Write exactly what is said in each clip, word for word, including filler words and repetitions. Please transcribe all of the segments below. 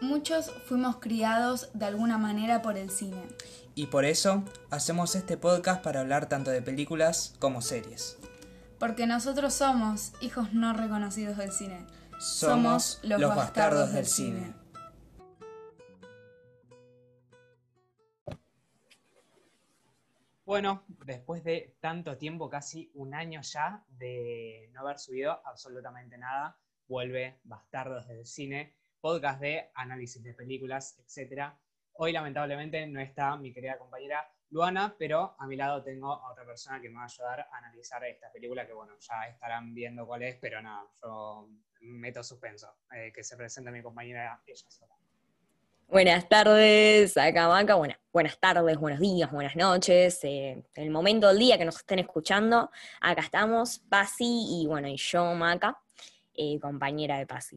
Muchos fuimos criados de alguna manera por el cine. Y por eso hacemos este podcast para hablar tanto de películas como series. Porque nosotros somos hijos no reconocidos del cine. Somos, los, los bastardos, bastardos del cine. cine. Bueno, después de tanto tiempo, casi un año ya, de no haber subido absolutamente nada, vuelve Bastardos del Cine, podcast de análisis de películas, etcétera. Hoy, lamentablemente, no está mi querida compañera Luana, pero a mi lado tengo a otra persona que me va a ayudar a analizar esta película, que bueno, ya estarán viendo cuál es, pero nada, yo meto suspenso. Eh, que se presente mi compañera ella sola. Buenas tardes, acá Maca. Bueno, buenas tardes, buenos días, buenas noches. Eh, el momento del día que nos estén escuchando, acá estamos, Pasi y bueno, y yo, Maca, eh, compañera de Pasi.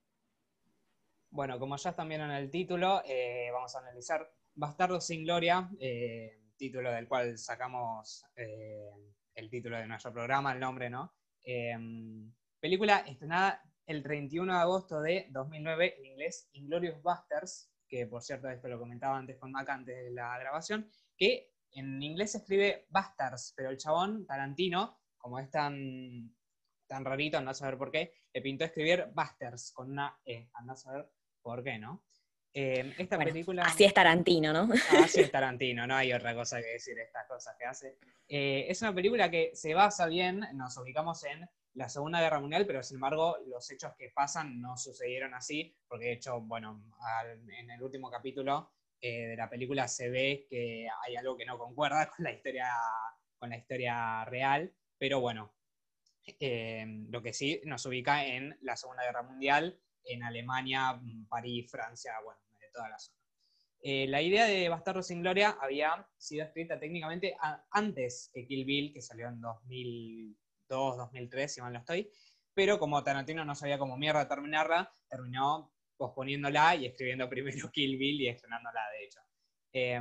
Bueno, como ya están viendo en el título, eh, vamos a analizar Bastardos sin Gloria, eh, título del cual sacamos eh, el título de nuestro programa, el nombre, ¿no? Eh, película estrenada el treinta y uno de agosto de dos mil nueve, en inglés Inglourious Basterds, que por cierto esto lo comentaba antes con Maca antes de la grabación, que en inglés se escribe Bastards, pero el chabón, Tarantino, como es tan, tan rarito, andá a saber por qué, le pintó escribir Basterds con una E, andá a saber por qué, ¿no? Eh, esta bueno, película... Así es Tarantino, ¿no? Así es Tarantino, no hay otra cosa que decir estas cosas que hace. Eh, es una película que se basa bien, nos ubicamos en la Segunda Guerra Mundial, pero sin embargo los hechos que pasan no sucedieron así, porque de hecho, bueno, al, en el último capítulo eh, de la película se ve que hay algo que no concuerda con la historia, con la historia real, pero bueno, eh, lo que sí nos ubica en la Segunda Guerra Mundial, en Alemania, París, Francia, bueno, de toda la zona. Eh, la idea de Bastardos sin Gloria había sido escrita técnicamente a, antes que Kill Bill, que salió en dos mil dos, dos mil tres, si mal no estoy, pero como Tarantino no sabía cómo mierda terminarla, terminó posponiéndola y escribiendo primero Kill Bill y estrenándola, de hecho. Eh,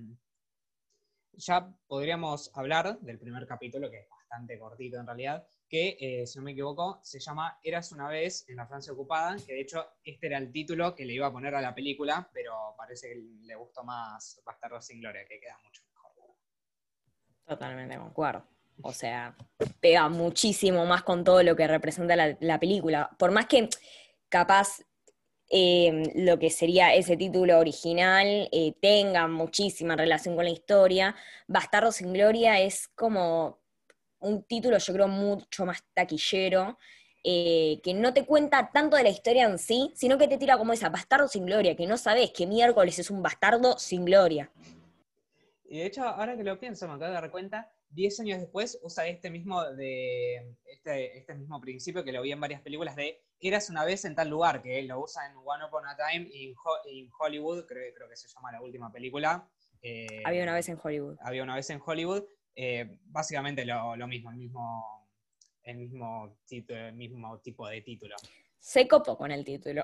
ya podríamos hablar del primer capítulo, que es bastante cortito en realidad, que, eh, si no me equivoco, se llama Eras una vez en la Francia ocupada, que de hecho este era el título que le iba a poner a la película, pero parece que le gustó más Bastardos sin Gloria, que queda mucho mejor. Totalmente concuerdo. O sea, pega muchísimo más con todo lo que representa la, la película. Por más que capaz eh, lo que sería ese título original eh, tenga muchísima relación con la historia, Bastardos sin Gloria es como un título, yo creo, mucho más taquillero, eh, que no te cuenta tanto de la historia en sí, sino que te tira como esa, bastardo sin gloria, que no sabes que miércoles es un bastardo sin gloria. Y de hecho, ahora que lo pienso, me acabo de dar cuenta, diez años después usa este mismo, de, este, este mismo principio que lo vi en varias películas de Eras una vez en tal lugar, que lo usa en One Upon a Time in, Ho- in Hollywood, creo, creo que se llama la última película. Eh, Había una vez en Hollywood. Había una vez en Hollywood. Eh, básicamente lo, lo mismo, el mismo, el mismo, título, el mismo tipo de título. Se copó con el título.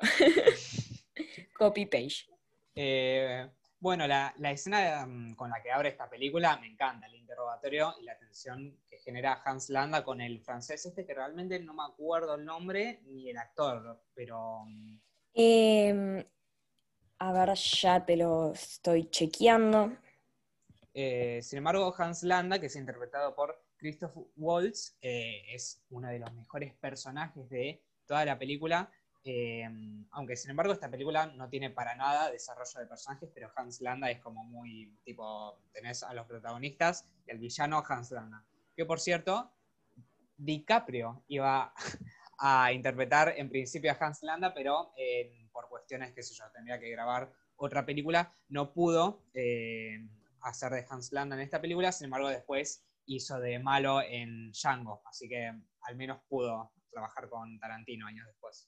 Copy page. Eh, bueno, la, la escena um, con la que abre esta película me encanta, el interrogatorio y la tensión que genera Hans Landa con el francés este, que realmente no me acuerdo el nombre ni el actor, pero... Um... Eh, a ver, ya te lo estoy chequeando. Eh, sin embargo, Hans Landa, que es interpretado por Christoph Waltz, eh, es uno de los mejores personajes de toda la película, eh, aunque sin embargo esta película no tiene para nada desarrollo de personajes, pero Hans Landa es como muy, tipo, tenés a los protagonistas, el villano Hans Landa, que por cierto, DiCaprio iba a interpretar en principio a Hans Landa, pero eh, por cuestiones, qué sé yo, tendría que grabar otra película, no pudo eh, hacer de Hans Landa en esta película, sin embargo después hizo de malo en Django, así que al menos pudo trabajar con Tarantino años después.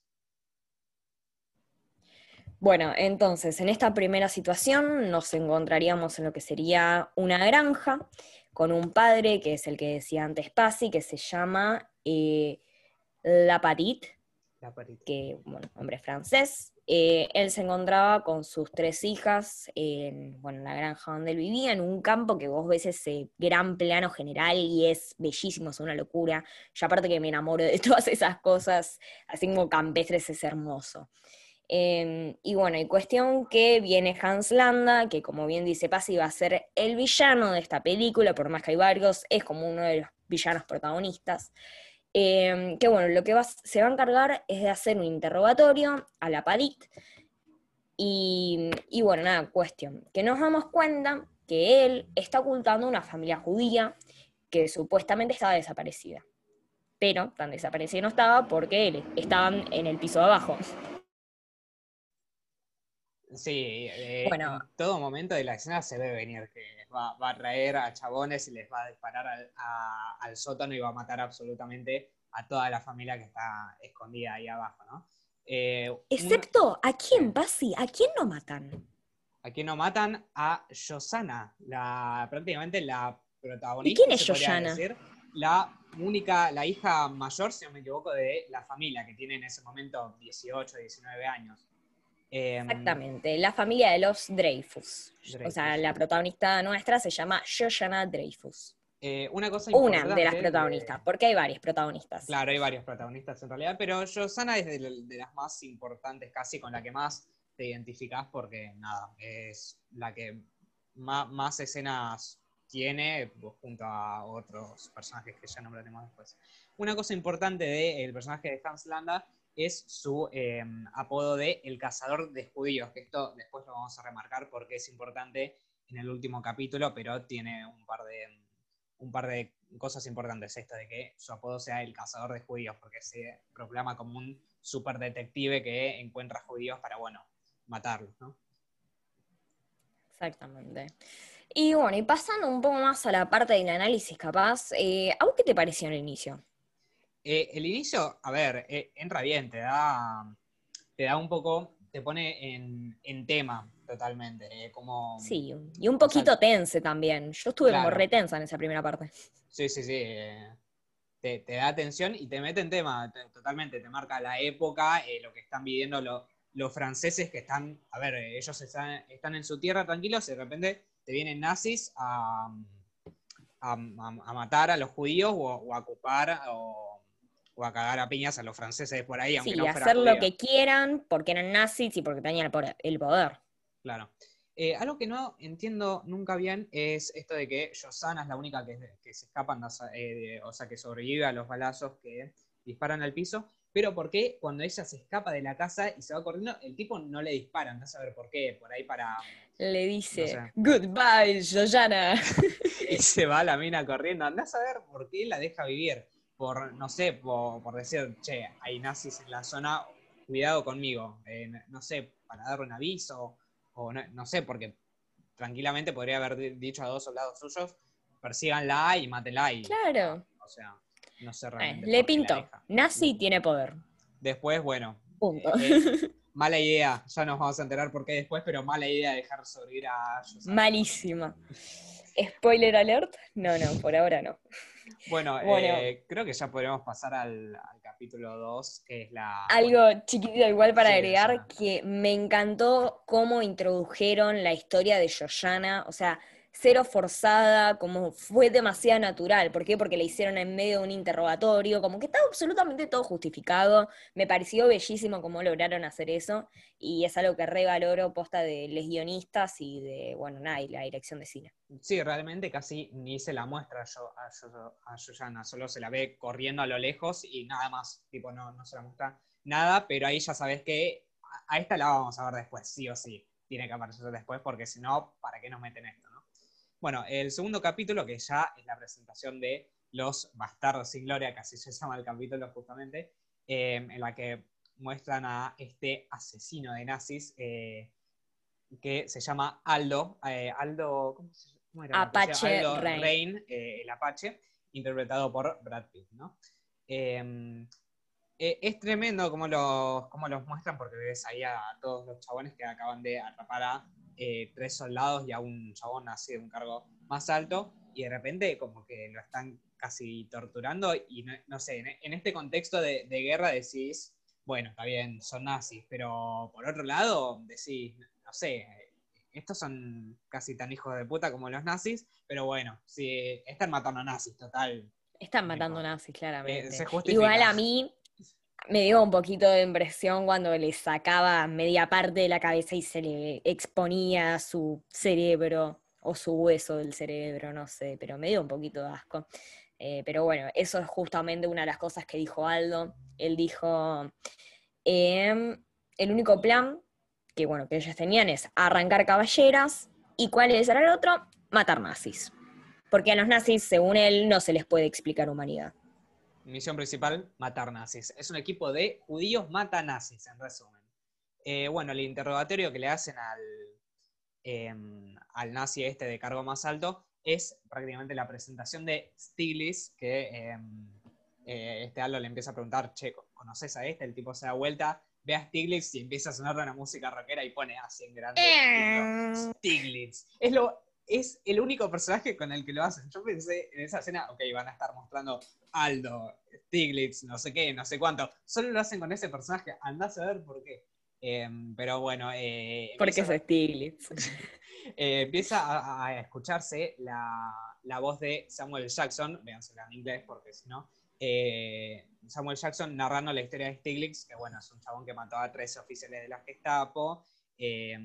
Bueno, entonces, en esta primera situación nos encontraríamos en lo que sería una granja, con un padre, que es el que decía antes Pasi, que se llama eh, Lapatit, Lapatit. que, bueno, hombre francés. Eh, él se encontraba con sus tres hijas en, bueno, la granja donde él vivía, en un campo que vos ves ese gran plano general y es bellísimo, es una locura. Yo aparte que me enamoro de todas esas cosas, así como campestres, es hermoso. Eh, y bueno, y cuestión que viene Hans Landa, que como bien dice Pasi, va a ser el villano de esta película, por más que hay varios, es como uno de los villanos protagonistas. Eh, que bueno, lo que va, se va a encargar es de hacer un interrogatorio a la Padit. Y, y bueno, nada, cuestión, que nos damos cuenta que él está ocultando una familia judía que supuestamente estaba desaparecida. Pero tan desaparecida no estaba porque él estaban en el piso de abajo. Sí, eh, Bueno, en todo momento de la escena se ve venir que va, va a traer a chabones y les va a disparar al, a- al sótano y va a matar absolutamente a toda la familia que está escondida ahí abajo, ¿no? Eh, un- excepto, ¿a quién, sí. Pasi? ¿A quién no matan? Aquí no matan a Yosana, la, prácticamente la ¿Y quién protagonista, es se podría Yoyana? decir, la única, la hija mayor, si no me equivoco, de la familia, que tiene en ese momento dieciocho, diecinueve años. Eh, Exactamente, la familia de los Dreyfus. O sea, Dreyfus. la protagonista nuestra se llama Yoyana Dreyfus. Eh, una cosa Una de las importante protagonistas, de... porque hay varios protagonistas. Claro, hay varios protagonistas en realidad, pero Yosana es de, de las más importantes, casi con la que más te identificás, porque nada, es la que más, más escenas tiene, pues, junto a otros personajes que ya nombraremos después. Una cosa importante del personaje de Hans Landa es su eh, apodo de El Cazador de Judíos, que esto después lo vamos a remarcar porque es importante en el último capítulo, pero tiene un par de, un par de cosas importantes, esto de que su apodo sea El Cazador de Judíos, porque se proclama como un super detective que encuentra judíos para, bueno, matarlos, ¿no? Exactamente. Y bueno, y pasando un poco más a la parte del análisis capaz, eh, ¿a vos qué te pareció en el inicio? Eh, el inicio, a ver, eh, entra bien, te da, te da un poco, te pone en, en tema totalmente, eh, como, Sí, y un o sea, poquito tense también. Yo estuve como claro, re tensa en esa primera parte. sí, sí, sí, eh, te, te da atención y te mete en tema, te- totalmente, te marca la época, eh, lo que están viviendo lo- los franceses que están, a ver, eh, ellos están, están en su tierra tranquilos y de repente te vienen nazis a, a, a- a matar a los judíos o, o a ocupar o, o a cagar a piñas a los franceses por ahí, aunque Sí, no fueran hacer lo judíos. que quieran porque eran nazis y porque tenían el poder. el poder. Claro. Eh, algo que no entiendo nunca bien es esto de que Yosana es la única que, que se escapan, eh, o sea, que sobrevive a los balazos que disparan al piso, pero ¿por qué cuando ella se escapa de la casa y se va corriendo, el tipo no le dispara? No saber por qué, por ahí para, Le no dice, sé, goodbye, Yoyana. y se va la mina corriendo. Andá a saber por qué la deja vivir. Por, no sé, por, por decir, che, hay nazis en la zona, cuidado conmigo. Eh, no sé, para dar un aviso, o no, no sé, porque tranquilamente podría haber dicho a dos soldados suyos, persíganla y mátenla y ya está. Claro. O sea, no sé Eh, realmente le por qué la pintó. deja. Nazi Le- tiene poder. Después, bueno, Punto. eh, eh, mala idea, ya nos vamos a enterar por qué después, pero mala idea dejar sobrevivir a Susana. Malísima. Spoiler alert. No, no, por ahora no. Bueno, Bueno, eh, creo que ya podríamos pasar al, al capítulo dos, que es la... Bueno, algo chiquitito igual para sí, agregar, decime. que me encantó cómo introdujeron la historia de Yoyana, o sea, cero forzada, como fue demasiado natural. ¿Por qué? Porque la hicieron en medio de un interrogatorio, como que estaba absolutamente todo justificado. Me pareció bellísimo cómo lograron hacer eso, y es algo que revaloro posta de los guionistas y de, bueno, nada, y la dirección de cine. Sí, realmente casi ni se la muestra yo, a, yo, a Yoyana, solo se la ve corriendo a lo lejos y nada más, tipo, no, no se la muestra nada, pero ahí ya sabes que a, a esta la vamos a ver después, sí o sí, tiene que aparecer después, porque si no, ¿para qué nos meten esto, no? Bueno, el segundo capítulo, que ya es la presentación de Los Bastardos sin Gloria, que así se llama el capítulo justamente, eh, en la que muestran a este asesino de nazis, eh, que se llama Aldo, eh, Aldo, ¿cómo, se, ¿cómo era el apellido? Apache Aldo Rain. Rain, eh, el Apache, interpretado por Brad Pitt, ¿no? Eh, eh, es tremendo cómo los, cómo los muestran, porque ves ahí a todos los chabones que acaban de atrapar a eh, tres soldados y a un chabón así de un cargo más alto, y de repente como que lo están casi torturando, y no, no sé, en, en este contexto de, de guerra decís, bueno, está bien, son nazis, pero por otro lado decís, no sé, estos son casi tan hijos de puta como los nazis, pero bueno, si están matando nazis, total, Están no matando importa. nazis, Eh, claramente. se Igual justifica. a mí Me dio un poquito de impresión cuando le sacaba media parte de la cabeza y se le exponía su cerebro o su hueso del cerebro, no sé, pero me dio un poquito de asco. Eh, pero bueno, eso es justamente una de las cosas que dijo Aldo. Él dijo, em, el único plan que, bueno, que ellos tenían es arrancar caballeras, y ¿cuál era el otro? Matar nazis. Porque a los nazis, según él, no se les puede explicar humanidad. Misión principal, matar nazis. Es un equipo de judíos mata nazis, en resumen. Eh, bueno, el interrogatorio que le hacen al, eh, al nazi este de cargo más alto es prácticamente la presentación de Stiglitz, que eh, eh, este Aldo le empieza a preguntar, che, ¿conoces a este? El tipo se da vuelta, ve a Stiglitz y empieza a sonar una música rockera y pone así en grande título, Stiglitz. Es lo... Es el único personaje con el que lo hacen. Yo pensé en esa escena, ok, van a estar mostrando Aldo, Stiglitz, no sé qué, no sé cuánto. Solo lo hacen con ese personaje. Andás a ver por qué. Eh, pero bueno, eh, Porque empieza, es Stiglitz. eh, empieza a, a escucharse la, la voz de Samuel Jackson, véansela en inglés porque si no, eh, Samuel Jackson narrando la historia de Stiglitz, que bueno, es un chabón que mató a tres oficiales de la Gestapo, eh,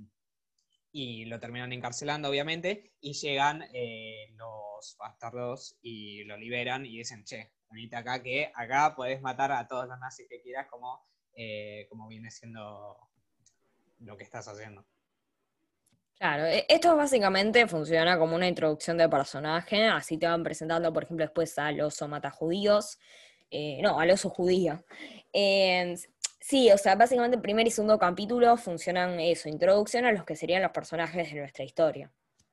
y lo terminan encarcelando, obviamente, y llegan eh, los bastardos y lo liberan y dicen, che, venite acá que acá podés matar a todos los nazis que quieras, como, eh, como viene siendo lo que estás haciendo. Claro, e- esto básicamente funciona como una introducción de personaje, así te van presentando, por ejemplo, después al oso matajudíos, eh, no, al oso judío. Eh, sí, o sea, básicamente el primer y segundo capítulo funcionan eso, introducción a los que serían los personajes de nuestra historia.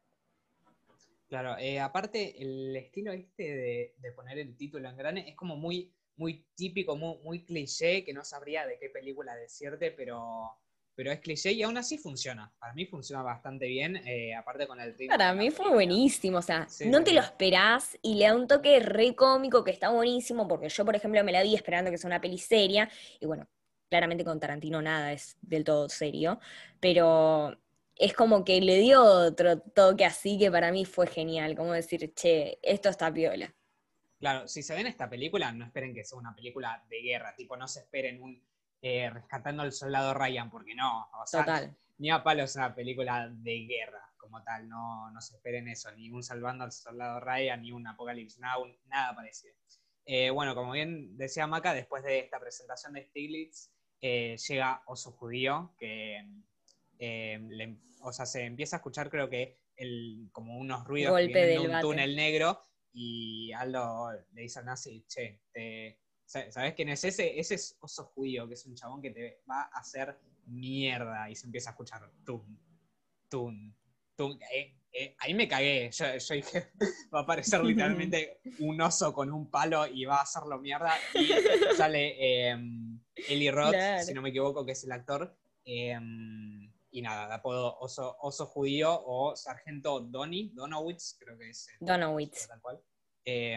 Claro, eh, aparte el estilo este de, de poner el título en grande es como muy, muy típico, muy, muy cliché, que no sabría de qué película decirte, pero, pero es cliché y aún así funciona. Para mí funciona bastante bien, eh, aparte con el ritmo Para de la mí fue película. buenísimo, o sea, Sí, no sí, te lo sí. esperás y le da un toque re cómico que está buenísimo, porque yo, por ejemplo, me la vi esperando que sea una peli seria, y bueno, claramente con Tarantino nada es del todo serio, pero es como que le dio otro toque así que para mí fue genial, como decir, che, esto está piola. Claro, si se ven esta película, no esperen que sea una película de guerra, tipo, no se esperen un eh, Rescatando al Soldado Ryan, porque no, o sea, Total. ni a palo es una película de guerra como tal, no, no se esperen eso, ni un Salvando al Soldado Ryan, ni un Apocalypse Now, nada parecido. Eh, bueno, como bien decía Maca, después de esta presentación de Stiglitz, eh, llega Oso Judío, que eh, le, o sea, se empieza a escuchar creo que el, como unos ruidos que Golpe vienen de del un bate. túnel negro y Aldo le dice al nazi, che, te, ¿sabes quién es ese? Ese es Oso Judío, que es un chabón que te va a hacer mierda. Y se empieza a escuchar tum, tum, tum. Eh, eh, ahí me cagué. Yo, yo dije, va a aparecer literalmente un oso con un palo y va a hacerlo mierda. Y sale eh, Eli Roth, si Claro. no me equivoco, que es el actor. Eh, y nada, de apodo oso, oso Judío o Sargento Donny, Donowitz, creo que es el Donowitz. tal cual. Eh,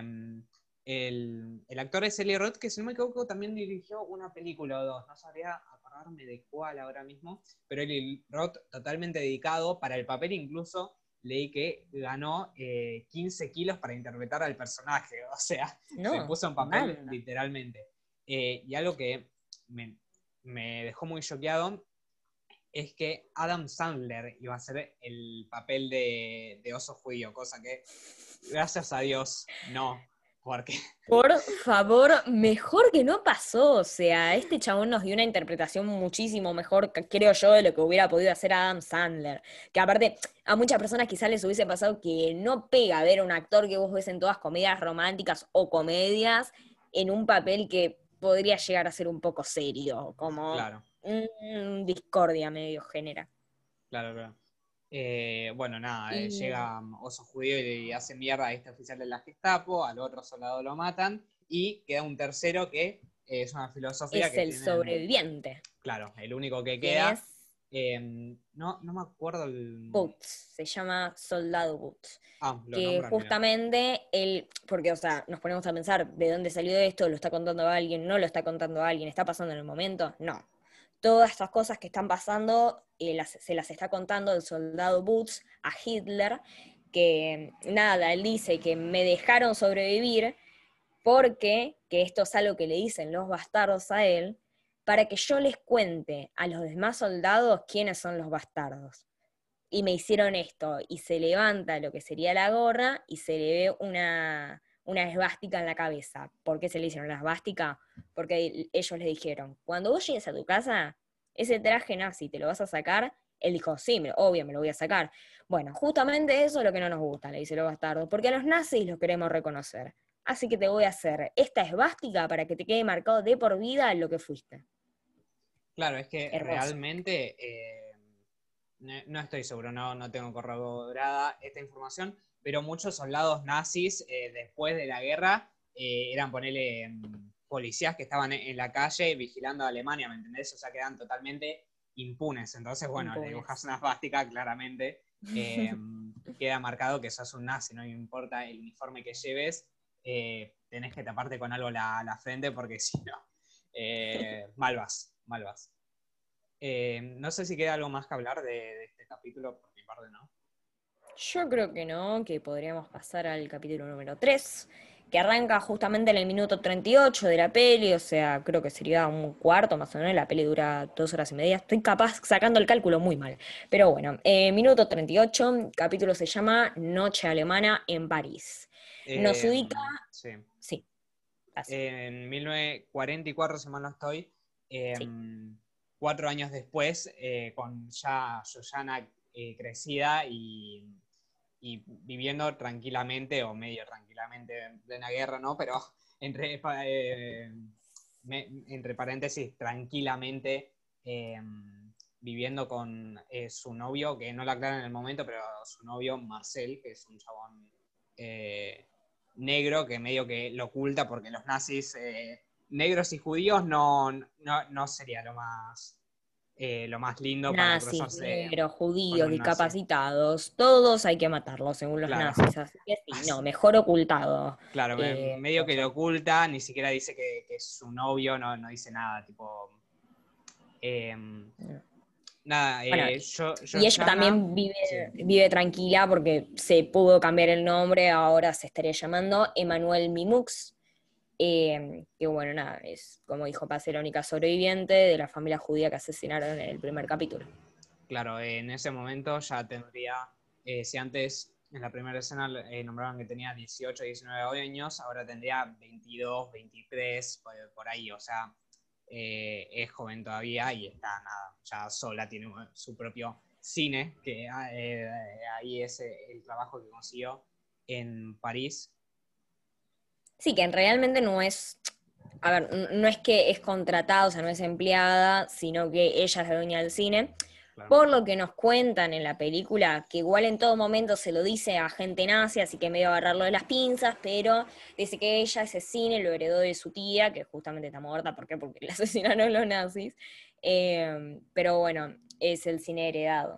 el, el actor es Eli Roth, que si no me equivoco también dirigió una película o dos, no sabría acordarme de cuál ahora mismo, pero Eli Roth totalmente dedicado para el papel, incluso leí que ganó eh, quince kilos para interpretar al personaje, o sea, No, se puso en papel banda. literalmente. Eh, y algo que me, me dejó muy choqueado es que Adam Sandler iba a ser el papel de, de oso judío, cosa que, gracias a Dios, no, porque... Por favor, mejor que no pasó. O sea, este chabón nos dio una interpretación muchísimo mejor, que- creo yo, de lo que hubiera podido hacer Adam Sandler. Que aparte, a muchas personas quizás les hubiese pasado que no pega ver a un actor que vos ves en todas comedias románticas o comedias en un papel que podría llegar a ser un poco serio, como Claro, mm, discordia medio genera. claro, claro. Eh, bueno, nada, eh, Y llega um, Oso Judío y, y hace mierda a este oficial de la Gestapo, al otro soldado lo matan, y queda un tercero que eh, es una filosofía es que el tienen, sobreviviente, claro, el único que que queda. es eh, no, no me acuerdo el... Boots, se llama Soldado Boots. Ah, lo Que nombran, mira. justamente él, porque, o sea, nos ponemos a pensar de dónde salió esto, lo está contando alguien, no lo está contando alguien, está pasando en el momento, no. Todas estas cosas que están pasando eh, las, se las está contando el soldado Boots a Hitler, que nada, él dice que me dejaron sobrevivir porque, que esto es algo que le dicen los bastardos a él, para que yo les cuente a los demás soldados quiénes son los bastardos. Y me hicieron esto, y se levanta lo que sería la gorra, y se le ve una, una esvástica en la cabeza. ¿Por qué se le hicieron la esvástica? Porque ellos le dijeron, cuando vos llegues a tu casa, ese traje nazi, ¿te lo vas a sacar? Él dijo, sí, me, obvio, me lo voy a sacar. Bueno, justamente eso es lo que no nos gusta, le dice los bastardos, porque a los nazis los queremos reconocer. Así que te voy a hacer esta esvástica para que te quede marcado de por vida lo que fuiste. Claro, es que Hermoso. realmente, eh, no, no estoy seguro, no, no tengo corroborada esta información, pero muchos soldados nazis eh, después de la guerra eh, eran, ponerle policías que estaban en, en la calle vigilando a Alemania, ¿me entendés? O sea, quedan totalmente impunes. Entonces, bueno, Impunes. le dibujas una esvástica, claramente eh, queda marcado que sos un nazi, no importa el uniforme que lleves, eh, tenés que taparte con algo la, la frente porque si no, eh, mal vas. Mal vas. Eh, no sé si queda algo más que hablar de, de este capítulo, por mi parte no. Yo creo que no, que podríamos pasar al capítulo número tres, que arranca justamente en el minuto treinta y ocho de la peli, o sea, creo que sería un cuarto más o menos, la peli dura dos horas y media, estoy capaz sacando el cálculo muy mal, pero bueno, eh, minuto treinta y ocho, capítulo se llama Noche Alemana en París. Nos Eh, ubica... sí. Sí, así. En mil novecientos cuarenta y cuatro, si mal no estoy, eh, Sí. cuatro años después, eh, con ya Shoshana eh, crecida y, y viviendo tranquilamente, o medio tranquilamente, en plena guerra, ¿no? Pero entre, eh, me, entre paréntesis, tranquilamente, eh, viviendo con eh, su novio, que no lo aclara en el momento, pero su novio Marcel, que es un chabón eh, negro, que medio que lo oculta, porque los nazis, eh, negros y judíos, no, no, no sería lo más... Eh, lo más lindo para Nazis, cruzarse negros, con judíos, un nazi. discapacitados, todos hay que matarlos según los Claro. nazis, así que sí, no, mejor ocultado. Claro, me- Eh, medio que lo oculta, ni siquiera dice que, que es su novio, no, no dice nada, tipo... eh, nada, Bueno, eh, yo, y ella Shoshana, también vive, sí. vive tranquila porque se pudo cambiar el nombre, ahora se estaría llamando Emmanuel Mimux, eh, que bueno, nada, es como dijo Paz, la única sobreviviente de la familia judía que asesinaron en el primer capítulo. Claro, eh, en ese momento ya tendría, eh, si antes en la primera escena eh, nombraban que tenía dieciocho, diecinueve años, ahora tendría veintidós, veintitrés, por, por ahí, o sea, eh, es joven todavía y está nada, ya sola, tiene su propio cine, que eh, ahí es el trabajo que consiguió en París. Sí, que realmente no es, a ver, no es que es contratada, o sea, no es empleada, sino que ella es la dueña del cine. Claro. Por lo que nos cuentan en la película, que igual en todo momento se lo dice a gente nazi, así que medio agarrarlo de las pinzas, pero dice que ella ese cine lo heredó de su tía, que justamente está muerta, ¿por qué? Porque la asesinaron los nazis. Eh, pero bueno, es el cine heredado.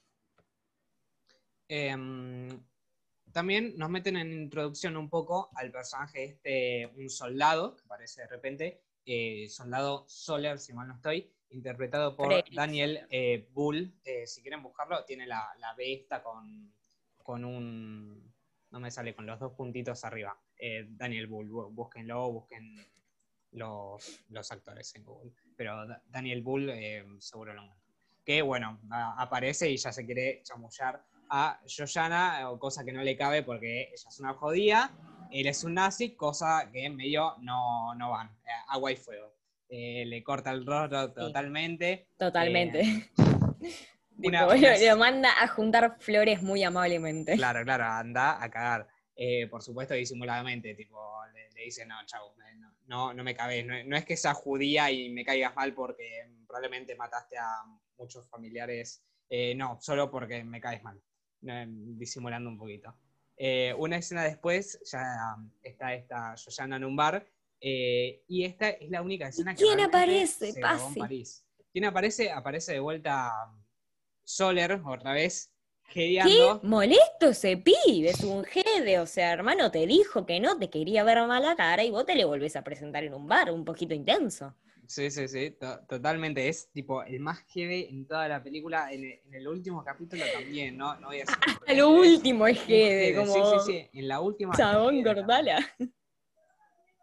Eh, También nos meten en introducción un poco al personaje este, un soldado, que aparece de repente, eh, soldado Soler, si mal no estoy, interpretado por Frederick Daniel eh, Bull. Eh, si quieren buscarlo, tiene la, la B esta con, con un... No me sale, con los dos puntitos arriba. Eh, Daniel Bull, búsquenlo, busquen los, los actores en Google. Pero Daniel Bull eh, seguro lo encuentran. Que bueno, a, aparece y ya se quiere chamullar a Shoshana, cosa que no le cabe porque ella es una jodida, él es un nazi, cosa que en medio no, no van, eh, agua y fuego. Eh, le corta el rostro totalmente. Sí, totalmente. Eh, tipo, una, una... Lo, lo manda a juntar flores muy amablemente. Claro, claro, anda a cagar. Eh, por supuesto, disimuladamente, tipo, le, le dice, no, chau, no, no, no me cabes, no, no es que seas judía y me caigas mal porque probablemente mataste a muchos familiares, eh, no, solo porque me caes mal. Disimulando un poquito. Eh, una escena después ya está esta Shoshana en un bar eh, y esta es la única escena que ¿Quién aparece? se grabó en París. ¿Quién aparece? Aparece de vuelta Soler, otra vez, jedeando. ¿Qué molesto ese pibe? Es un jede, o sea, hermano, te dijo que no te quería ver mala cara y vos te le volvés a presentar en un bar un poquito intenso. Sí, sí, sí, to- totalmente. Es tipo el más heavy en toda la película. En el, en el último capítulo también, ¿no? No voy a decir Hasta lo último es jede, como... Sí, sí, sí. En la última. Chabón, cortala.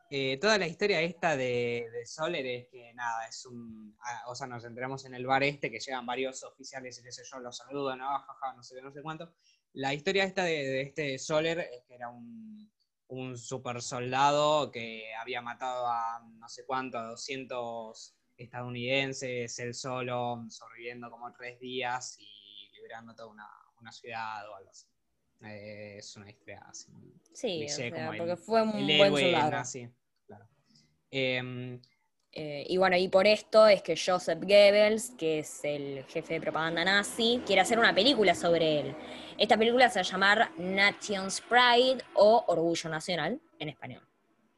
Eh, toda la historia esta de, de Soler es que nada, es un. ah, O sea, nos enteramos en el bar este que llegan varios oficiales y qué sé yo, los saludan, ¿no? Jaja, no sé qué, no sé cuánto. La historia esta de, de este Soler es que era un, un super soldado que había matado a no sé cuánto, a doscientos estadounidenses, él solo, sobreviviendo como tres días y liberando toda una, una ciudad o algo así. Eh, es una historia así, muy Sí, o cliché, como sea, porque el, fue el un buen héroe soldado. nazi. Claro. Eh, Eh, y bueno, y por esto es que Joseph Goebbels, que es el jefe de propaganda nazi, quiere hacer una película sobre él. Esta película se va a llamar Nation's Pride o Orgullo Nacional en español.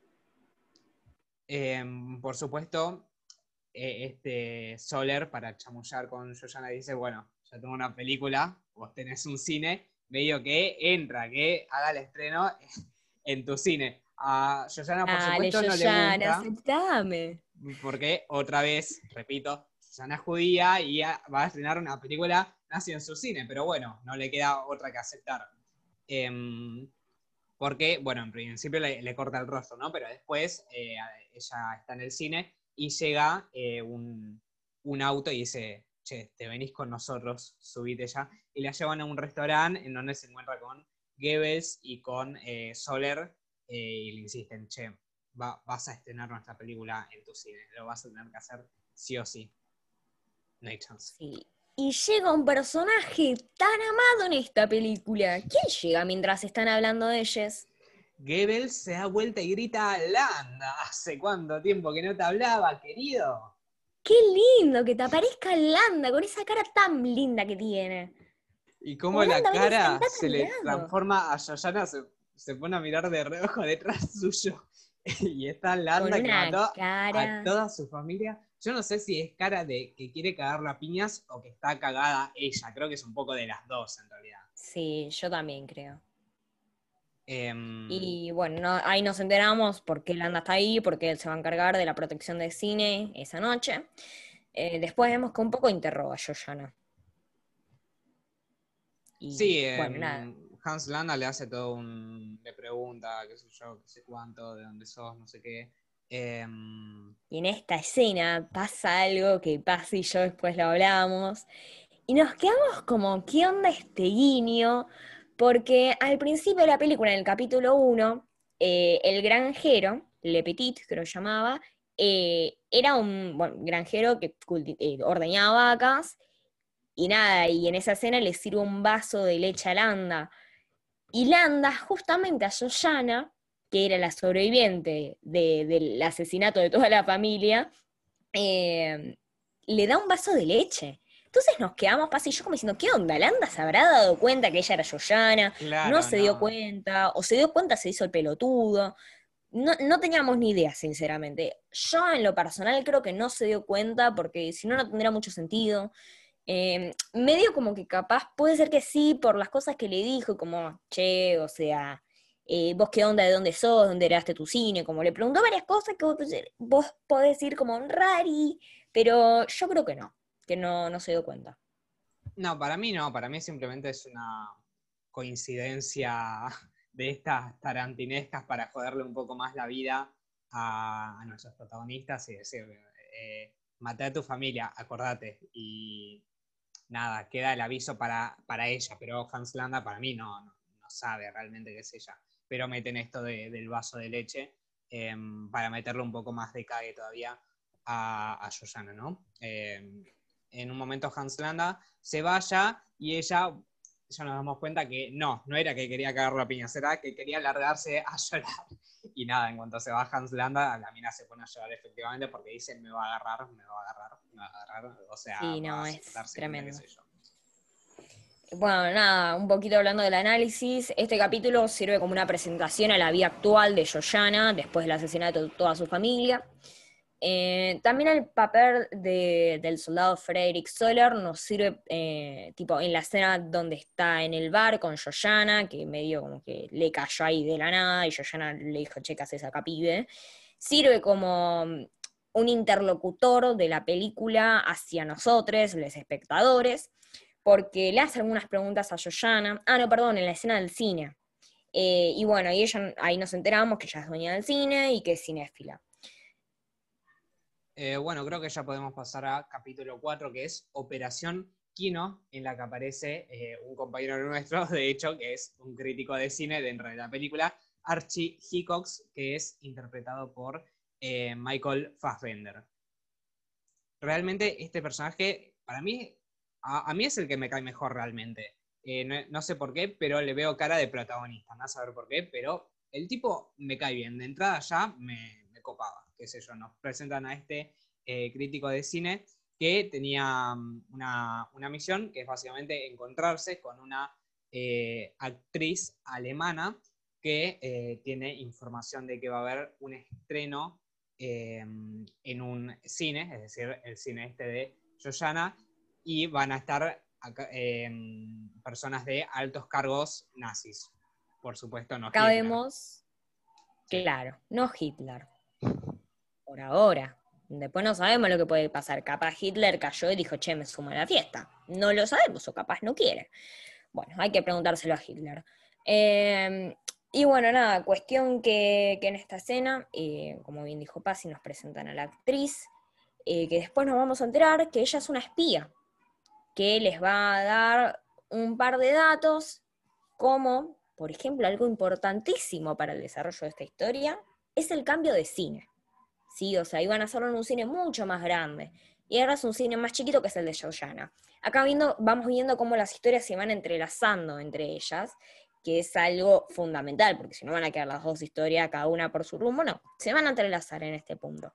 eh, por supuesto, eh, este Soler, para chamullar con Joyanna, dice, bueno, ya tengo una película, vos tenés un cine, medio que entra, que haga el estreno en tu cine. A Joyanna, por Dale, supuesto, no le Yoyana, gusta, aceptame. porque otra vez, repito, Joyanna es judía y va a estrenar una película nazi en su cine, pero bueno, no le queda otra que aceptar. Em, Porque, bueno, en principio le, le corta el rostro, ¿no? Pero después eh, ella está en el cine y llega eh, un, un auto y dice, che, te venís con nosotros, subite ya. Y la llevan a un restaurante en donde se encuentra con Goebbels y con eh, Soler eh, y le insisten, che, va, vas a estrenar nuestra película en tu cine, lo vas a tener que hacer sí o sí. No hay chance. Sí. Y llega un personaje tan amado en esta película. ¿Quién llega mientras están hablando de ellos? Goebbels se da vuelta y grita, Landa, ¿hace cuánto tiempo que no te hablaba, querido? Qué lindo que te aparezca Landa con esa cara tan linda que tiene. Y cómo la Holanda, vení, cara sentate se al le lado. transforma a Yoyana, se, se pone a mirar de reojo detrás suyo. Y está Con Landa que una mató a cara. toda su familia. Yo no sé si es cara de que quiere cagarla a piñas o que está cagada ella. Creo que es un poco de las dos en realidad. Sí, yo también creo. Em, Y bueno, no- ahí nos enteramos por qué Landa está ahí, porque él se va a encargar de la protección del cine esa noche. Eh, después vemos que un poco interroga a Yoyana. sí, Y bueno, nada. em, Hans Landa le hace todo un. Le pregunta, qué sé yo, qué sé cuánto, de dónde sos, no sé qué. Em, Y en esta escena pasa algo que Paz y yo después lo hablamos. Y nos quedamos como, ¿qué onda este guiño? Porque al principio de la película, en el capítulo uno, eh, el granjero, Le Petit, que lo llamaba, eh, era un bueno, granjero que culti- eh, ordeñaba vacas, y nada, y en esa escena le sirve un vaso de leche a Landa. Y Landa, justamente a Yoyana, que era la sobreviviente de- del asesinato de toda la familia, eh, le da un vaso de leche. Entonces nos quedamos, Paz y yo, como diciendo, ¿qué onda? ¿Landa se habrá dado cuenta que ella era Yoyana? ¿No claro, se dio no. cuenta? ¿O se dio cuenta, se hizo el pelotudo? No, no teníamos ni idea, sinceramente. Yo, en lo personal, creo que no se dio cuenta, porque si no, no tendría mucho sentido. Eh, medio como que capaz, puede ser que sí, por las cosas que le dijo, como, che, o sea, eh, vos qué onda, de dónde sos, dónde heredaste tu cine, como le preguntó varias cosas que vos, vos podés ir como un rari, pero yo creo que no, que no, no se dio cuenta. No, para mí no, para mí simplemente es una coincidencia de estas tarantinescas para joderle un poco más la vida a, a nuestros protagonistas y decir, eh, maté a tu familia, acordate. Y nada, queda el aviso para, para ella, pero Hans Landa para mí no, no, no sabe realmente qué es ella. Pero meten esto de, del vaso de leche eh, para meterle un poco más de cague todavía a, a Yoyana, ¿no? Eh, en un momento Hans Landa se vaya y ella, ya nos damos cuenta que no, no era que quería cagarlo a piñas, era que quería largarse a llorar. Y nada, en cuanto se va Hans Landa, la mina se pone a llorar efectivamente porque dice, me va a agarrar, me va a agarrar, me va a agarrar, o sea, Sí, va no, a es soltar segunda, qué tremendo. sé yo. Bueno, nada, un poquito hablando del análisis, este capítulo sirve como una presentación a la vida actual de Yoyana después del asesinato de toda su familia. Eh, también el papel de- del soldado Frederick Soler nos sirve, eh, tipo, en la escena donde está en el bar con Yoyana, que medio como que le cayó ahí de la nada y Yoyana le dijo, che, ¿qué haces acá, pibe? Sirve como mm, un interlocutor de la película hacia nosotros, los espectadores, porque le hace algunas preguntas a Yoyana. Ah, no, perdón, en la escena del cine. Eh, y bueno, y ella, ahí nos enteramos que ella es dueña del cine y que es cinéfila. Eh, bueno, creo que ya podemos pasar a capítulo cuatro, que es Operación Kino, en la que aparece eh, un compañero nuestro, de hecho, que es un crítico de cine dentro de la película, Archie Hickox, que es interpretado por eh, Michael Fassbender. Realmente este personaje, para mí, a, a mí es el que me cae mejor realmente. Eh, no, no sé por qué, pero le veo cara de protagonista, no a saber por qué, pero el tipo me cae bien. De entrada ya me, me copaba, qué sé yo. Nos presentan a este eh, crítico de cine que tenía um, una, una misión que es básicamente encontrarse con una eh, actriz alemana que eh, tiene información de que va a haber un estreno eh, en un cine, es decir, el cine este de Yoyana, y van a estar acá, eh, personas de altos cargos nazis. Por supuesto, no Acá Hitler. vemos, Sí. claro, no Hitler. Por ahora. Después no sabemos lo que puede pasar. Capaz Hitler cayó y dijo, che, me sumo a la fiesta. No lo sabemos, o capaz no quiere. Bueno, hay que preguntárselo a Hitler. Eh, y bueno, nada, cuestión que, que en esta escena, eh, como bien dijo Pazzi, nos presentan a la actriz, eh, que después nos vamos a enterar que ella es una espía, que les va a dar un par de datos, como, por ejemplo, algo importantísimo para el desarrollo de esta historia, es el cambio de cine. ¿Sí? O sea, iban a hacerlo en un cine mucho más grande. Y ahora es un cine más chiquito que es el de Yoyana. Acá viendo, vamos viendo cómo las historias se van entrelazando entre ellas, que es algo fundamental, porque si no van a quedar las dos historias, cada una por su rumbo, no. Se van a entrelazar en este punto.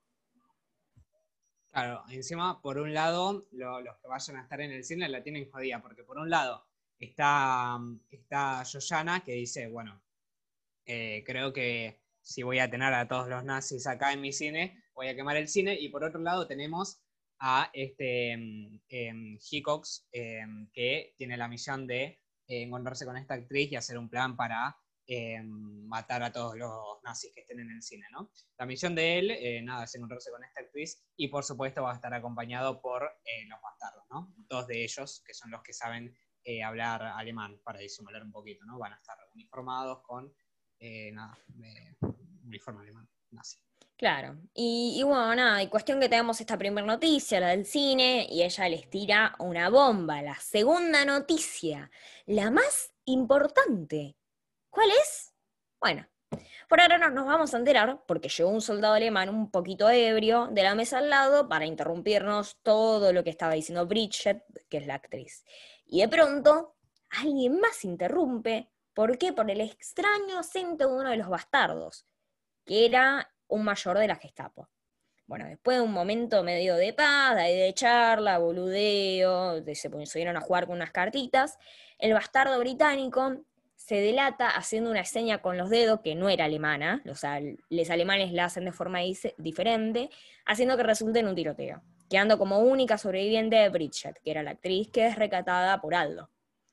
Claro, encima, por un lado, lo, los que vayan a estar en el cine la tienen jodida, porque por un lado está, está Yoyana, que dice, bueno, eh, creo que si voy a tener a todos los nazis acá en mi cine, voy a quemar el cine, y por otro lado tenemos a este eh, Hickox, eh, que tiene la misión de eh, encontrarse con esta actriz y hacer un plan para eh, matar a todos los nazis que estén en el cine, ¿no? La misión de él, eh, nada, es encontrarse con esta actriz y por supuesto va a estar acompañado por eh, los bastardos, ¿no? Dos de ellos, que son los que saben eh, hablar alemán, para disimular un poquito, ¿no? Van a estar uniformados con, eh, nada, eh, uniforme alemán, nazi. Claro, y, y bueno, nada, y cuestión que tenemos esta primera noticia, la del cine, y ella les tira una bomba, la segunda noticia, la más importante. ¿Cuál es? Bueno, por ahora no nos vamos a enterar, porque llegó un soldado alemán un poquito ebrio de la mesa al lado para interrumpirnos todo lo que estaba diciendo Bridget, que es la actriz. Y de pronto, alguien más interrumpe, ¿por qué? Por el extraño acento de uno de los bastardos, que era un mayor de la Gestapo. Bueno, después de un momento medio de paz, de, de charla, boludeo, de, se pusieron a jugar con unas cartitas, el bastardo británico se delata haciendo una seña con los dedos que no era alemana, o sea, los alemanes la hacen de forma diferente, haciendo que resulte en un tiroteo, quedando como única sobreviviente de Bridget, que era la actriz que es recatada por Aldo.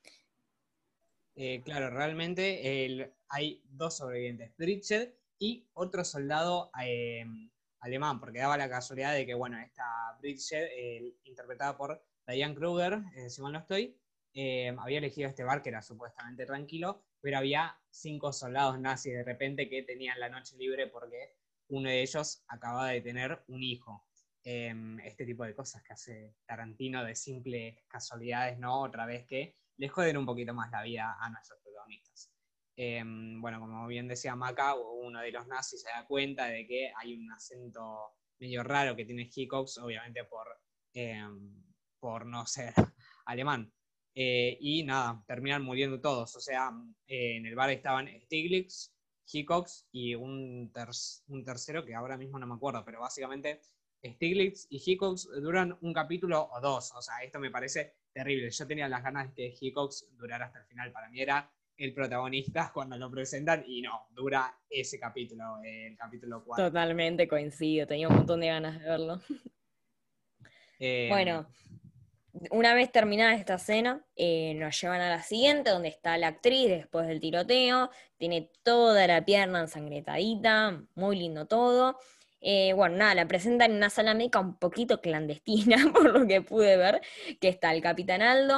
Eh, claro, realmente el, hay dos sobrevivientes, Bridget y otro soldado eh, alemán, porque daba la casualidad de que, bueno, esta Bridget, eh, interpretada por Diane Kruger, eh, si mal no estoy, eh, había elegido este bar que era supuestamente tranquilo, pero había cinco soldados nazis de repente que tenían la noche libre porque uno de ellos acababa de tener un hijo. Eh, este tipo de cosas que hace Tarantino de simples casualidades, ¿no? Otra vez que les joden un poquito más la vida a nuestros protagonistas. Eh, bueno, como bien decía Maca, uno de los nazis se da cuenta de que hay un acento medio raro que tiene Hickox, obviamente por, eh, por no ser alemán. Eh, y nada, terminan muriendo todos. O sea, eh, en el bar estaban Stiglitz, Hickox y un, ter un tercero que ahora mismo no me acuerdo, pero básicamente Stiglitz y Hickox duran un capítulo o dos. O sea, esto me parece terrible. Yo tenía las ganas de que Hickox durara hasta el final. Para mí era el protagonista cuando lo presentan y no, dura ese capítulo, el capítulo cuatro. Totalmente coincido, tenía un montón de ganas de verlo. Eh, bueno, una vez terminada esta escena, eh, nos llevan a la siguiente, donde está la actriz después del tiroteo, tiene toda la pierna ensangretadita, muy lindo todo. Eh, bueno, nada, la presentan en una sala médica un poquito clandestina, por lo que pude ver, que está el Capitán Aldo,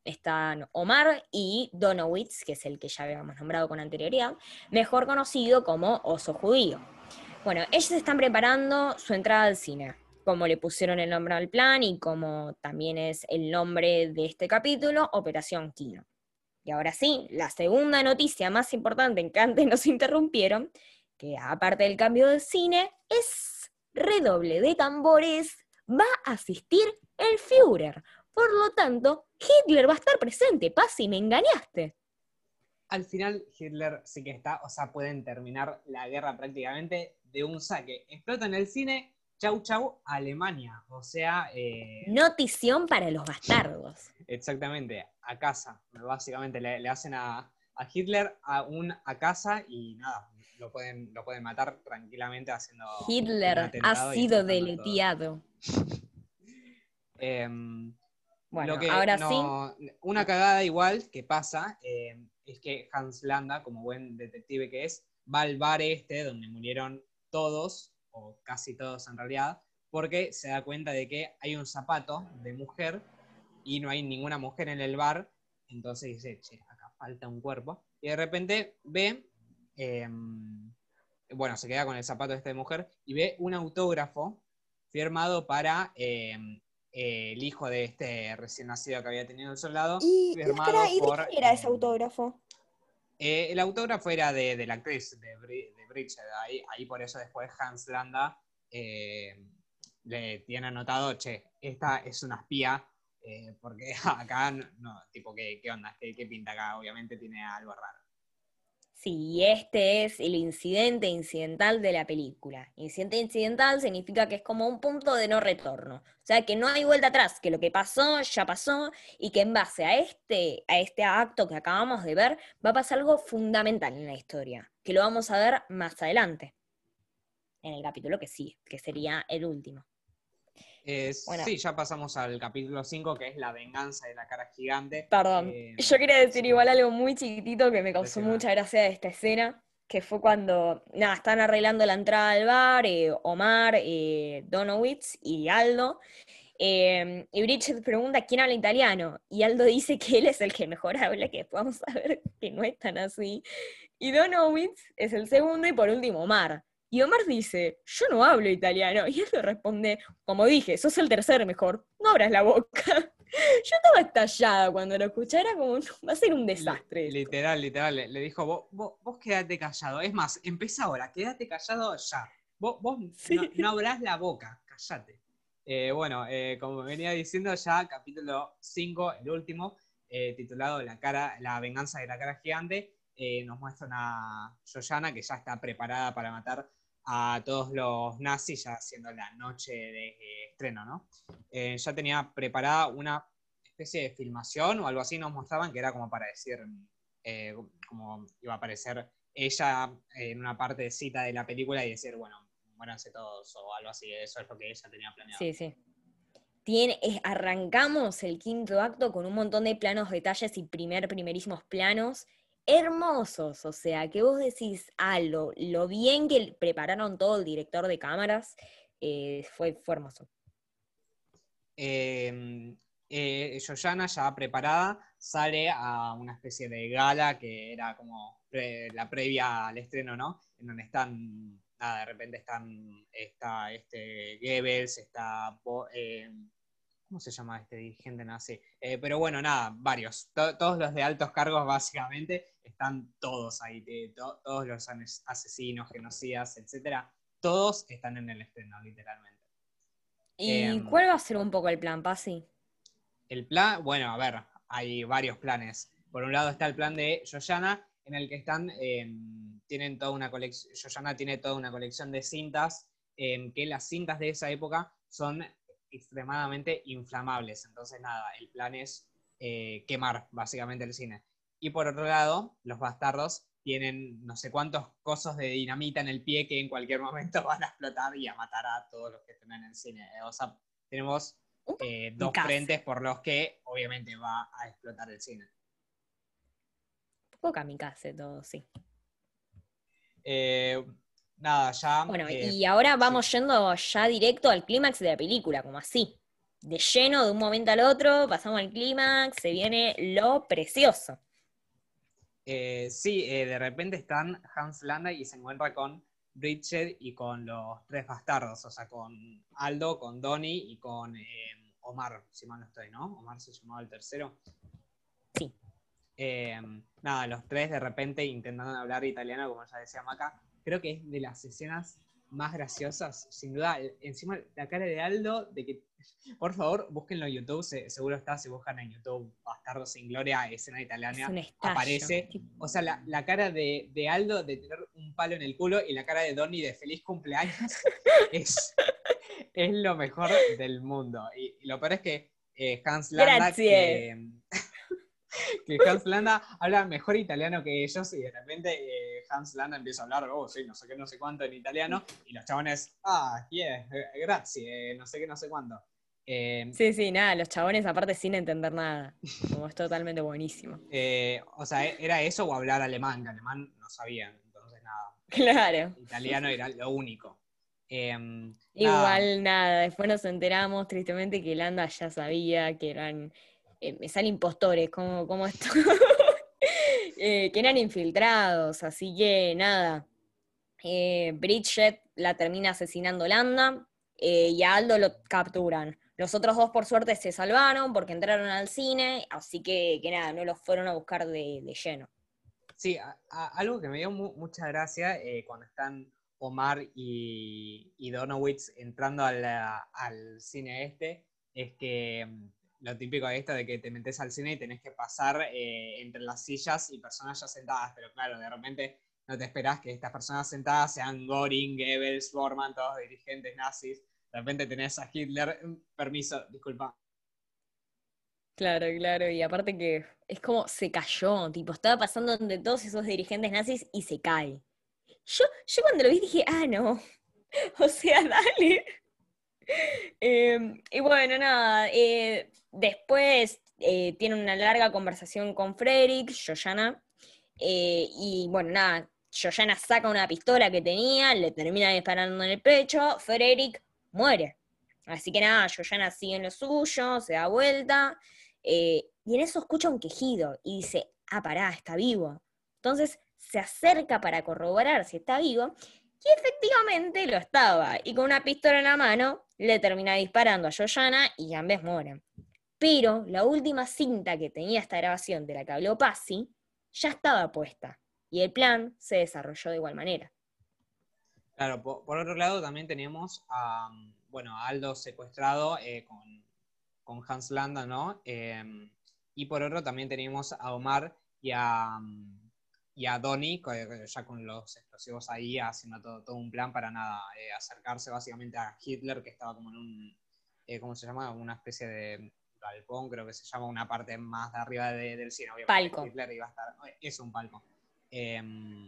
están Omar y Donowitz, que es el que ya habíamos nombrado con anterioridad, mejor conocido como Oso Judío. Bueno, ellos están preparando su entrada al cine, como le pusieron el nombre al plan y como también es el nombre de este capítulo, Operación Kino. Y ahora sí, la segunda noticia más importante en que antes nos interrumpieron, que aparte del cambio de cine, es redoble de tambores, va a asistir el Führer. Por lo tanto, Hitler va a estar presente. Pasi, me engañaste. Al final Hitler sí que está, o sea, pueden terminar la guerra prácticamente de un saque. Explota en el cine, chau chau, Alemania. O sea... Eh, notición para los bastardos. Exactamente, a casa. Básicamente le, le hacen a, a Hitler a, un, a casa y nada, lo pueden, lo pueden matar tranquilamente haciendo Hitler ha sido deleteado. eh, bueno, lo que ahora no, sí. Una cagada igual que pasa eh, es que Hans Landa, como buen detective que es, va al bar este donde murieron todos, o casi todos en realidad, porque se da cuenta de que hay un zapato de mujer y no hay ninguna mujer en el bar, entonces dice, che, acá falta un cuerpo, y de repente ve, eh, bueno, se queda con el zapato este de mujer, y ve un autógrafo firmado para eh, eh, el hijo de este recién nacido que había tenido el soldado, Y, firmado espera, ¿y por... de quién era eh, ese autógrafo? Eh, el autógrafo era de, de la actriz, de, Bri, de Bridget, ahí, ahí por eso después Hans Landa eh, le tiene anotado, che, esta es una espía, eh, porque acá, no, tipo, ¿qué, qué onda? ¿Qué, ¿Qué pinta acá? Obviamente tiene algo raro. Sí, este es el incidente incidental de la película. Incidente incidental significa que es como un punto de no retorno. O sea, que no hay vuelta atrás, que lo que pasó ya pasó y que en base a este, a este acto que acabamos de ver va a pasar algo fundamental en la historia, que lo vamos a ver más adelante, en el capítulo que sí, que sería el último. Eh, bueno. Sí, ya pasamos al capítulo cinco, que es la venganza de la cara gigante. Perdón, Eh, yo quería decir sí, igual algo muy chiquitito que me causó decime. mucha gracia de esta escena, que fue cuando, nada, están arreglando la entrada al bar, eh, Omar, eh, Donowitz y Aldo, eh, y Bridget pregunta quién habla italiano, y Aldo dice que él es el que mejor habla, que después vamos a ver que no es tan así, y Donowitz es el segundo, y por último Omar. Y Omar dice, yo no hablo italiano, y él le responde, como dije, sos el tercer mejor, no abras la boca. Yo estaba estallada cuando lo escuché, era como, va a ser un desastre. L- literal, literal, le, le dijo, vos, vos, vos quédate callado. Es más, empieza ahora, quédate callado ya. Vos, vos sí. no, no abrás la boca, callate. Eh, bueno, eh, como venía diciendo ya, capítulo cinco, el último, eh, titulado la, cara, la venganza de la cara gigante, eh, nos muestran a Joyanna, que ya está preparada para matar a todos los nazis, ya siendo la noche de eh, estreno, ¿no? Eh, ya tenía preparada una especie de filmación o algo así, nos mostraban que era como para decir, eh, como iba a aparecer ella en una partecita de la película y decir, bueno, muéranse todos o algo así, eso es lo que ella tenía planeado. Sí, sí. Tiene, es, arrancamos el quinto acto con un montón de planos, detalles y primer, primerísimos planos hermosos, o sea, que vos decís, ah, lo, lo bien que prepararon todo el director de cámaras, eh, fue, fue hermoso. Eh, eh, Joyanna ya preparada sale a una especie de gala que era como pre, la previa al estreno, ¿no? En donde están, nada, de repente están, está este Goebbels, está, eh, ¿cómo se llama este dirigente nazi? Eh, pero bueno, nada, varios, to, todos los de altos cargos básicamente, están todos ahí, de, to, todos los asesinos, genocidas, etcétera, todos están en el estreno, literalmente. ¿Y Eh, cuál va a ser un poco el plan, Pasi? El plan, bueno, a ver, hay varios planes. Por un lado está el plan de Joyanna, en el que están, eh, tienen toda una colección, Joyanna tiene toda una colección de cintas, eh, que las cintas de esa época son extremadamente inflamables. Entonces, nada, el plan es eh, quemar básicamente el cine. Y por otro lado, los bastardos tienen no sé cuántos cosos de dinamita en el pie que en cualquier momento van a explotar y a matar a todos los que estén en el cine. O sea, tenemos eh, dos Casa. frentes por los que obviamente va a explotar el cine. Un poco kamikaze todo, sí. Eh, nada, ya... Bueno, eh, y ahora vamos sí. yendo ya directo al clímax de la película, como así, de lleno de un momento al otro, pasamos al clímax, se viene lo precioso. Eh, sí, eh, de repente están Hans Landa y se encuentra con Bridget y con los tres bastardos, o sea, con Aldo, con Donnie y con eh, Omar, si mal no estoy, ¿no? Omar se llamaba el tercero. Sí. Eh, nada, los tres de repente intentando hablar italiano, como ya decía Maca. Creo que es de las escenas más graciosas, sin duda. Encima la cara de Aldo, de que, por favor, búsquenlo en YouTube, se, seguro está, si buscan en YouTube Bastardo sin Gloria, escena Es italiana, un estallo. aparece. O sea, la, la cara de, de Aldo de tener un palo en el culo y la cara de Donnie de feliz cumpleaños es, es lo mejor del mundo. Y, y lo peor es que eh, Hans Landa, Grazie. que que Hans Landa habla mejor italiano que ellos y de repente eh, Hans Landa empieza a hablar, oh, sí, no sé qué, no sé cuánto en italiano, y los chabones, ah, yeah, grazie, no sé qué, no sé cuánto. Eh, Sí, sí, nada, los chabones aparte sin entender nada. Como es totalmente buenísimo. eh, o sea, era eso o hablar alemán, que alemán no sabían, entonces nada, Claro. italiano era lo único. Eh, nada, Igual nada, después nos enteramos tristemente que Landa ya sabía que eran, eh, me salen impostores, como, como esto, eh, que eran infiltrados, así que nada, eh, Bridget la termina asesinando Landa eh, y a Aldo lo capturan. Los otros dos por suerte se salvaron porque entraron al cine, así que, que nada, no los fueron a buscar de, de lleno. sí, a, a, algo que me dio mu mucha gracia eh, cuando están Omar y, y Donowitz entrando a la, al cine este, es que mm, lo típico de esto de que te metes al cine y tenés que pasar eh, entre las sillas y personas ya sentadas, pero claro, de repente no te esperás que estas personas sentadas sean Göring, Goebbels, Bormann, todos dirigentes nazis. De repente tenés a Hitler, permiso, disculpa. Claro, claro, y aparte que es como se cayó, tipo, estaba pasando entre todos esos dirigentes nazis y se cae. Yo, yo cuando lo vi dije, ah, no, o sea, dale. Eh, y bueno, nada, eh, después eh, tiene una larga conversación con Frederick, Joyanna, eh, y bueno, nada, Joyanna saca una pistola que tenía, le termina disparando en el pecho, Frederick muere. Así que nada, Joyanna sigue en lo suyo, se da vuelta, eh, y en eso escucha un quejido y dice, ah, pará, está vivo. Entonces se acerca para corroborar si está vivo, y efectivamente lo estaba, y con una pistola en la mano le termina disparando a Joyanna y ambos mueren. Pero la última cinta que tenía esta grabación de la que habló Pazzi ya estaba puesta, y el plan se desarrolló de igual manera. Claro, por, por otro lado también tenemos a, bueno, a Aldo secuestrado eh, con, con Hans Landa, ¿no? Eh, y por otro también tenemos a Omar y a, y a Donnie, ya con los explosivos ahí, haciendo todo, todo un plan para nada, eh, acercarse básicamente a Hitler, que estaba como en un, eh, ¿cómo se llama? Una especie de galpón, creo que se llama, una parte más de arriba de, del cine, obviamente. Palco. Hitler iba a estar, es un palco. Eh,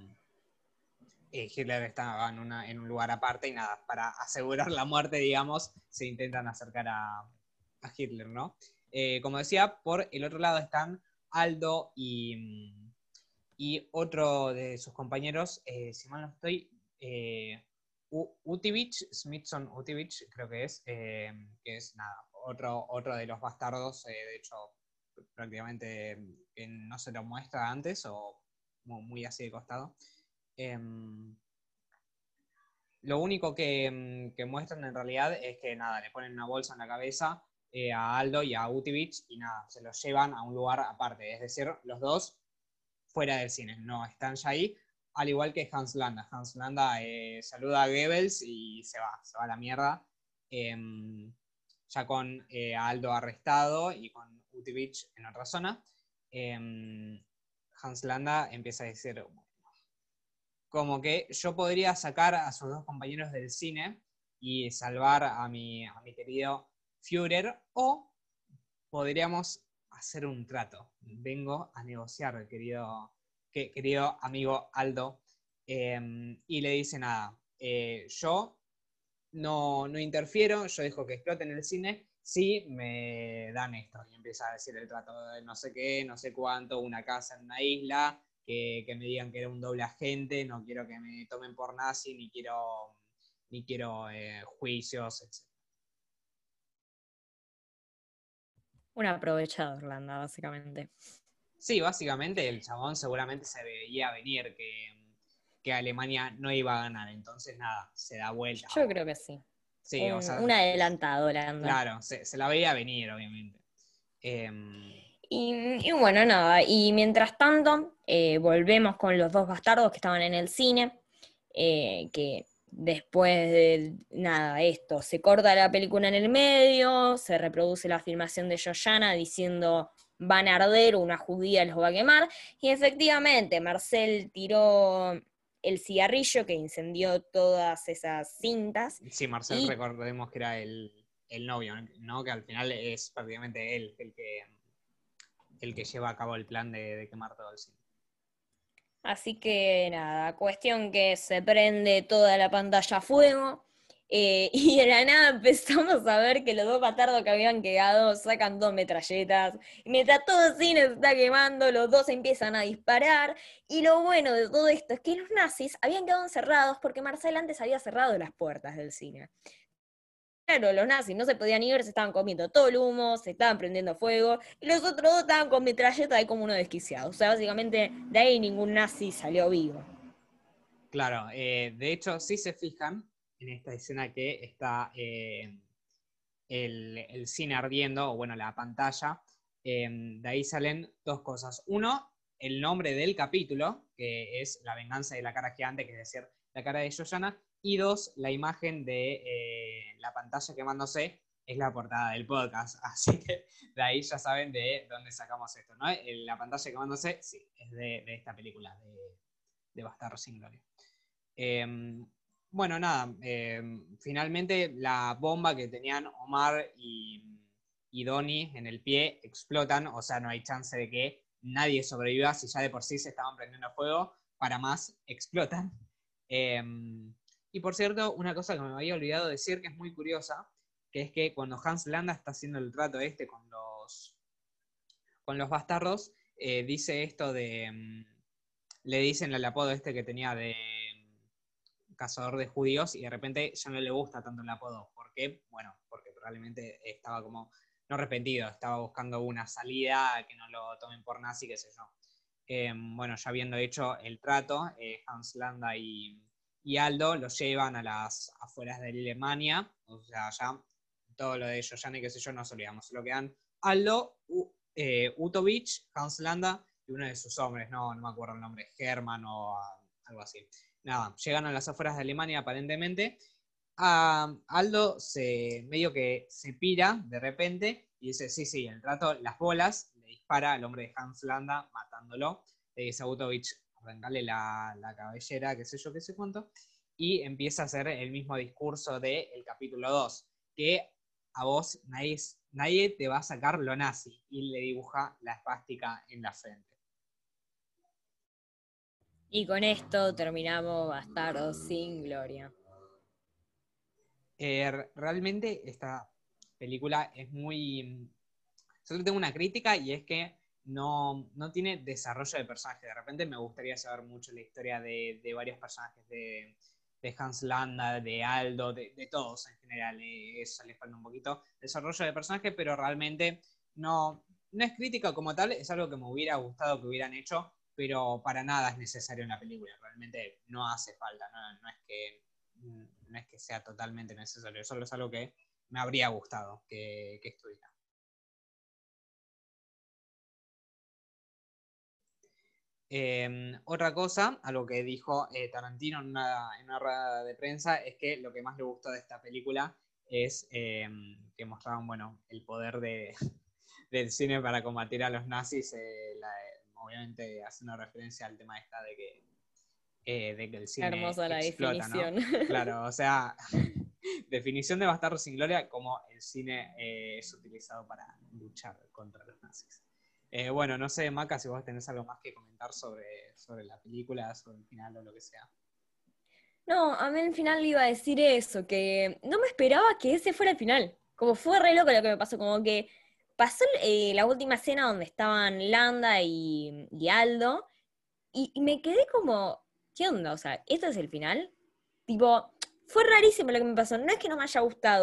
eh, Hitler estaba en, una, en un lugar aparte y nada, para asegurar la muerte, digamos, se intentan acercar a, a Hitler, ¿no? Eh, como decía, por el otro lado están Aldo y, y otro de sus compañeros, eh, si mal no estoy, eh, Utivich, Smithson Utivich, creo que es, eh, que es nada, otro, otro de los bastardos, eh, de hecho, prácticamente eh, no se lo muestra antes o muy así de costado. Eh, lo único que, que, muestran en realidad es que nada, le ponen una bolsa en la cabeza eh, a Aldo y a Utivich y nada, se los llevan a un lugar aparte, es decir, los dos fuera del cine, no están ya ahí, al igual que Hans Landa. Hans Landa eh, saluda a Goebbels y se va, se va a la mierda, eh, ya con eh, Aldo arrestado y con Utivich en otra zona. Eh, Hans Landa empieza a decir, como que yo podría sacar a sus dos compañeros del cine y salvar a mi, a mi querido Führer, o podríamos hacer un trato. Vengo a negociar, querido, que, querido amigo Aldo, eh, y le dice nada, eh, yo no, no interfiero, yo dejo que exploten el cine, si me dan esto. Y empieza a decir el trato de no sé qué, no sé cuánto, una casa en una isla, que, que me digan que era un doble agente, no quiero que me tomen por nazi, ni quiero, ni quiero eh, juicios, etcétera. Un aprovechado Irlanda, básicamente. Sí, básicamente el chabón seguramente se veía venir que, que Alemania no iba a ganar, entonces nada, se da vuelta. Yo creo que sí. Sí, o Un, sea, un adelantado Holanda. claro, se, se la veía venir, obviamente. Eh, Y, y bueno, nada, y mientras tanto, eh, volvemos con los dos bastardos que estaban en el cine, eh, que después de nada, esto, se corta la película en el medio, se reproduce la filmación de Joyanna diciendo van a arder, una judía los va a quemar, y efectivamente Marcel tiró el cigarrillo que incendió todas esas cintas. sí, Marcel, Y recordemos que era el, el novio, ¿no? Que al final es prácticamente él el que, el que lleva a cabo el plan de, de quemar todo el cine. así que nada, cuestión que se prende toda la pantalla a fuego, eh, y de la nada empezamos a ver que los dos bastardos que habían quedado sacan dos metralletas, y mientras todo el cine se está quemando, los dos empiezan a disparar, y lo bueno de todo esto es que los nazis habían quedado encerrados porque Marcel antes había cerrado las puertas del cine. Claro, los nazis no se podían ir, se estaban comiendo todo el humo, se estaban prendiendo fuego, y los otros dos estaban con metralleta ahí como uno desquiciado. O sea, básicamente de ahí ningún nazi salió vivo. Claro, eh, de hecho, si se fijan en esta escena que está eh, el, el cine ardiendo, o bueno, la pantalla, eh, de ahí salen dos cosas. Uno, el nombre del capítulo, que es La venganza de la cara gigante, que es decir, la cara de Joyanna, y dos, la imagen de eh, la pantalla quemándose, es la portada del podcast, así que de ahí ya saben de dónde sacamos esto, ¿no? La pantalla quemándose, sí, es de, de esta película, de, de Bastardos sin Gloria. Eh, bueno, nada, eh, finalmente la bomba que tenían Omar y, y Donnie en el pie explotan, o sea, no hay chance de que nadie sobreviva, si ya de por sí se estaban prendiendo fuego, para más explotan. Eh, y por cierto, una cosa que me había olvidado decir que es muy curiosa, que es que cuando Hans Landa está haciendo el trato este con los, con los bastardos, eh, dice esto de... Um, le dicen el apodo este que tenía de cazador de judíos, y de repente ya no le gusta tanto el apodo. ¿Por qué? Bueno, porque probablemente estaba como, no arrepentido, estaba buscando una salida, que no lo tomen por nazi, qué sé yo. Eh, bueno, ya habiendo hecho el trato, eh, Hans Landa y, y Aldo lo llevan a las afueras de Alemania, o sea, ya todo lo de ellos, ya ni qué sé yo, nos olvidamos. Solo quedan Aldo, U, eh, Utovich, Hans Landa y uno de sus hombres, no, no me acuerdo el nombre, Herman o uh, algo así. Nada, llegan a las afueras de Alemania aparentemente. A Aldo se medio que se pira de repente y dice, sí, sí, el trato, las bolas, le dispara al hombre de Hans Landa matándolo. Le dice a Utovich, arrancale la, la cabellera, qué sé yo, qué sé cuánto. Y empieza a hacer el mismo discurso del capítulo dos, que a vos nadie, nadie te va a sacar lo nazi. Y le dibuja la espástica en la frente. Y con esto terminamos Bastardos sin Gloria. Eh, realmente esta película es muy... Solo tengo una crítica y es que no, no tiene desarrollo de personaje. De repente me gustaría saber mucho la historia de, de varios personajes, de, de Hans Landa, de Aldo, de, de todos en general. Eh, eso les falta un poquito desarrollo de personaje, pero realmente no, no es crítica como tal, es algo que me hubiera gustado que hubieran hecho, pero para nada es necesario en la película. Realmente no hace falta, no, no es que... no es que sea totalmente necesario, solo es algo que me habría gustado que, que estudiara. Eh, otra cosa, algo que dijo eh, Tarantino en una, en una rueda de prensa, es que lo que más le gustó de esta película es eh, que mostraban, bueno, el poder de, del cine para combatir a los nazis, eh, la, obviamente haciendo referencia al tema esta de que, eh, de que el cine Hermosa la explota, definición. ¿no? Claro, o sea, definición de Bastardos sin Gloria, como el cine eh, es utilizado para luchar contra los nazis. Eh, bueno, no sé, Maca, si vos tenés algo más que comentar sobre, sobre la película, sobre el final o lo que sea. No, a mí al final le iba a decir eso, que no me esperaba que ese fuera el final. Como fue re loco lo que me pasó, como que pasó eh, la última escena donde estaban Landa y, y Aldo, y, y me quedé como, ¿qué onda? O sea, ¿esto es el final? Tipo, fue rarísimo lo que me pasó. No es que no me haya gustado,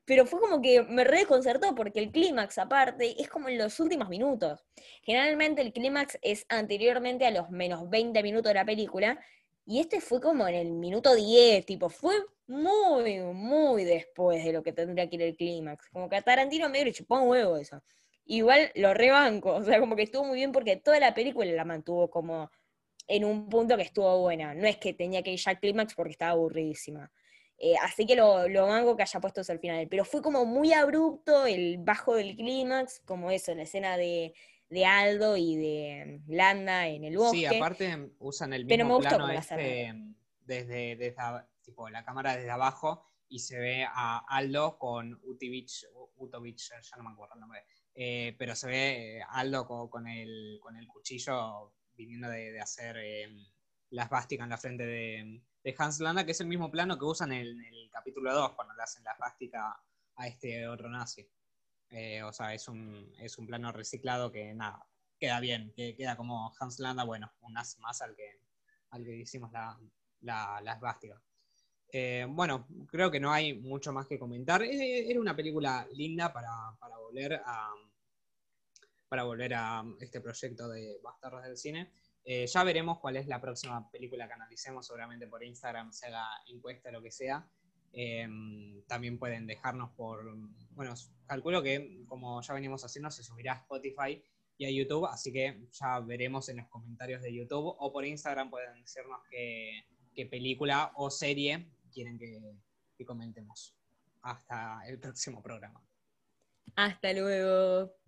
pero fue como que me re desconcertó porque el clímax aparte es como en los últimos minutos. Generalmente el clímax es anteriormente a los menos veinte minutos de la película y este fue como en el minuto diez, tipo, fue muy, muy después de lo que tendría que ir el clímax. Como que a Tarantino medio le chupó un huevo eso. Igual lo rebanco, o sea, como que estuvo muy bien porque toda la película la mantuvo como en un punto que estuvo buena. No es que tenía que ir ya al clímax porque estaba aburridísima. Eh, así que lo, lo banco que haya puesto eso al final. Pero fue como muy abrupto el bajo del clímax, como eso, la escena de, de Aldo y de Landa en el Sí, bosque. aparte usan el Pero me mismo gustó plano como la cerraron. este desde, desde a- tipo, la cámara desde abajo y se ve a Aldo con Utivich, Utovich, ya no me acuerdo el nombre, eh, pero se ve Aldo con, con, el, con el cuchillo viniendo de, de hacer eh, la esvástica en la frente de, de Hans Landa, que es el mismo plano que usan en el capítulo dos cuando le hacen la esvástica a este otro nazi. Eh, o sea, es un, es un plano reciclado que nada, queda bien, que queda como Hans Landa, bueno, un nazi más al que, al que hicimos la, la, la esvástica. Eh, bueno, creo que no hay mucho más que comentar. Eh, era una película linda para, para volver a para volver a este proyecto de Bastardos del Cine. Eh, ya veremos cuál es la próxima película que analicemos, seguramente por Instagram se haga encuesta, lo que sea. Eh, también pueden dejarnos por, bueno, calculo que como ya venimos haciendo, se subirá a Spotify y a YouTube, así que ya veremos en los comentarios de YouTube o por Instagram pueden decirnos qué, qué película o serie quieren que, que comentemos. Hasta el próximo programa. Hasta luego.